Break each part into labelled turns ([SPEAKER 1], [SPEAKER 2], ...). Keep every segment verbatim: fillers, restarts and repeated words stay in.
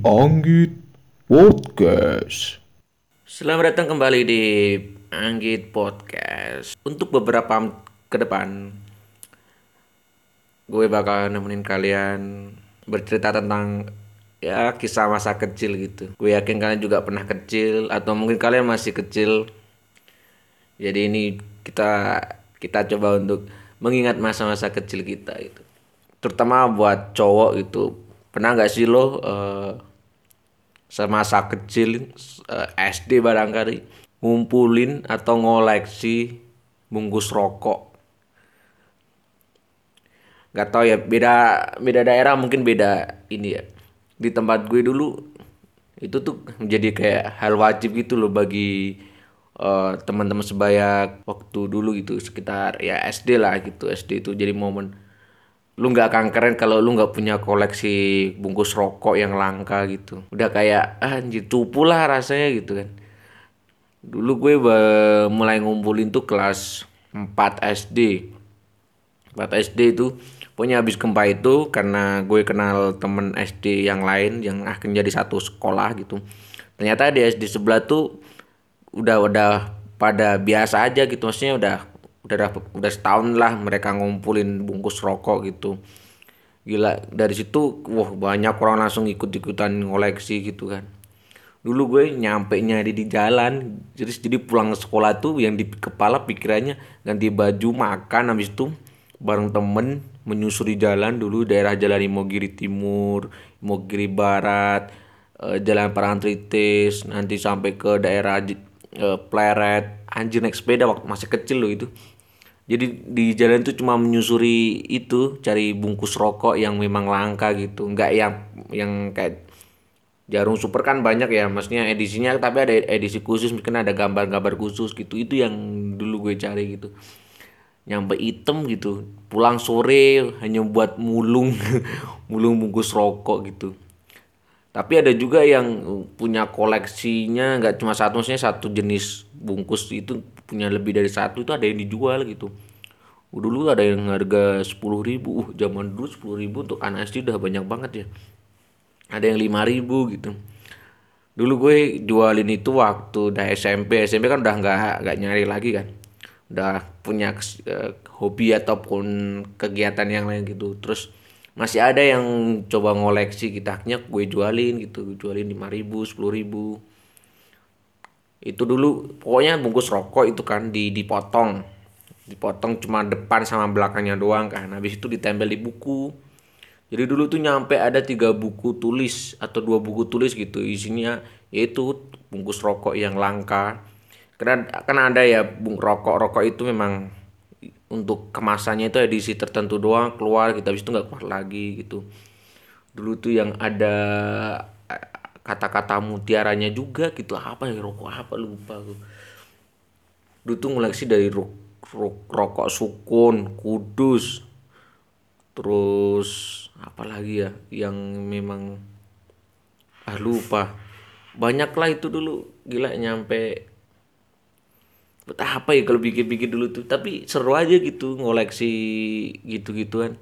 [SPEAKER 1] Anggit Podcast.
[SPEAKER 2] Selamat datang kembali di Anggit Podcast. Untuk beberapa m- ke depan, gue bakal nemenin kalian bercerita tentang ya kisah masa kecil gitu. Gue yakin kalian juga pernah kecil atau mungkin kalian masih kecil. Jadi ini kita kita coba untuk mengingat masa-masa kecil kita itu. Terutama buat cowok itu. Pernah nggak sih lo eh, semasa kecil eh, S D barangkali ngumpulin atau ngoleksi bungkus rokok? Gak tau ya, beda beda daerah mungkin beda ini ya. Di tempat gue dulu itu tuh menjadi kayak hal wajib gitu loh bagi eh, teman-teman sebaya waktu dulu gitu, sekitar ya S D lah gitu. S D itu jadi momen lu nggak akan keren kalau lu nggak punya koleksi bungkus rokok yang langka gitu. Udah kayak ah, anjir cupu lah rasanya gitu kan. Dulu gue ba- mulai ngumpulin tuh kelas empat S D. empat S D itu pokoknya habis gempa itu karena gue kenal temen S D yang lain yang akhirnya jadi satu sekolah gitu. Ternyata di S D sebelah tuh udah udah pada biasa aja gitu, maksudnya udah udah udah setahun lah mereka ngumpulin bungkus rokok gitu. Gila, dari situ wah banyak orang langsung ikut-ikutan ngoleksi gitu kan. Dulu gue nyampe nyari di jalan, terus jadi pulang sekolah tuh yang di kepala pikirannya ganti baju, makan, habis itu bareng temen menyusuri jalan dulu daerah Jalan Imogiri Timur, Imogiri Barat, eh, Jalan Parangtritis, nanti sampai ke daerah J- eh, Pleret. Anjir, naik sepeda waktu masih kecil loh itu. Jadi di jalan tuh cuma menyusuri itu, cari bungkus rokok yang memang langka gitu, nggak yang yang kayak Jarum Super kan banyak ya, maksudnya edisinya, tapi ada edisi khusus, mungkin ada gambar-gambar khusus gitu. Itu yang dulu gue cari gitu. Nyampe item gitu, pulang sore hanya buat mulung, mulung bungkus rokok gitu. Tapi ada juga yang punya koleksinya nggak cuma satu, maksudnya satu jenis bungkus itu punya lebih dari satu, itu ada yang dijual gitu. Dulu ada yang harga sepuluh ribu, uh, zaman dulu sepuluh ribu untuk anak S D udah banyak banget ya. Ada yang lima ribu gitu. Dulu gue jualin itu waktu udah S M P. S M P kan udah nggak nggak nyari lagi kan. Udah punya eh, hobi ataupun kegiatan yang lain gitu. Terus masih ada yang coba ngoleksi, kita akhirnya gue jualin gitu. Jualin lima ribu, sepuluh ribu. Itu dulu pokoknya bungkus rokok itu kan di dipotong. Dipotong cuma depan sama belakangnya doang kan. Habis itu ditempel di buku. Jadi dulu tuh nyampe ada tiga buku tulis atau dua buku tulis gitu, isinya yaitu bungkus rokok yang langka. Karena kan ada ya bung rokok-rokok itu memang untuk kemasannya itu edisi tertentu doang keluar gitu, habis itu nggak keluar lagi gitu. Dulu tuh yang ada eh, kata-kata mutiaranya juga gitu, apa ya, rokok apa lupa gue. Dulu tuh ngoleksi dari ro- ro- rokok Sukun, Kudus, terus apa lagi ya yang memang ah lupa. Banyak lah itu dulu, gila nyampe buat apa ya kalau pikir-pikir dulu tuh, tapi seru aja gitu ngoleksi gitu-gituan.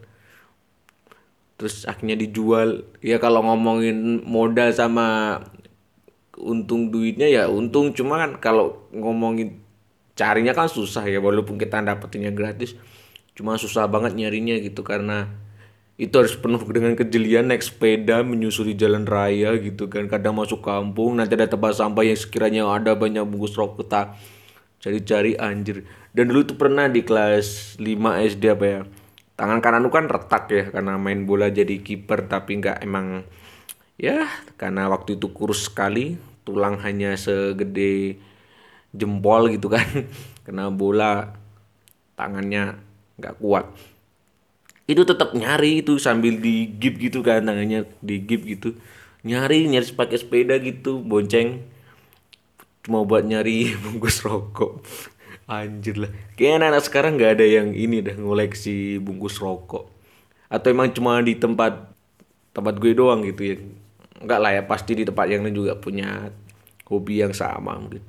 [SPEAKER 2] Terus akhirnya dijual ya. Kalau ngomongin modal sama untung duitnya ya untung, cuma kan kalau ngomongin carinya kan susah ya, walaupun kita dapetinnya gratis cuma susah banget nyarinya gitu, karena itu harus penuh dengan kejelian naik sepeda menyusuri jalan raya gitu kan, kadang masuk kampung nanti ada tempat sampah yang sekiranya ada banyak bungkus rokok, kita cari-cari anjir. Dan dulu tuh pernah di kelas lima S D apa ya, tangan kanan kan retak ya karena main bola jadi kiper, tapi nggak emang ya karena waktu itu kurus sekali, tulang hanya segede jempol gitu kan. Kena bola tangannya nggak kuat, itu tetap nyari itu sambil digip gitu kan, tangannya digip gitu, nyari nyari pakai sepeda gitu bonceng, cuma buat nyari bungkus rokok. Anjir lah, kayaknya anak sekarang nggak ada yang ini dah ngoleksi bungkus rokok, atau emang cuma di tempat tempat gue doang gitu ya. Enggak lah ya, pasti di tempat yang lain juga punya hobi yang sama mungkin.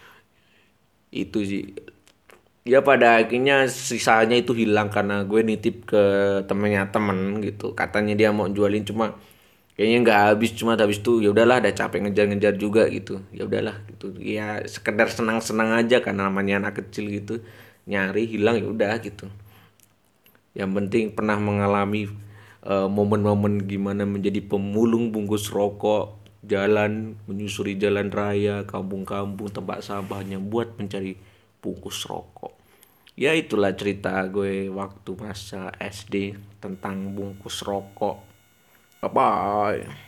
[SPEAKER 2] Itu sih ya, pada akhirnya sisanya itu hilang karena gue nitip ke temennya temen gitu, katanya dia mau jualin, cuma kayaknya nggak habis, cuma habis itu ya udahlah, ada capek ngejar-ngejar juga gitu, ya udahlah gitu ya, sekedar senang-senang aja karena namanya anak kecil gitu, nyari hilang ya udah gitu. Yang penting pernah mengalami eh, momen-momen gimana menjadi pemulung bungkus rokok, jalan menyusuri jalan raya, kampung-kampung, tempat sampahnya buat mencari bungkus rokok. Ya itulah cerita gue waktu masa S D tentang bungkus rokok. Bye bye.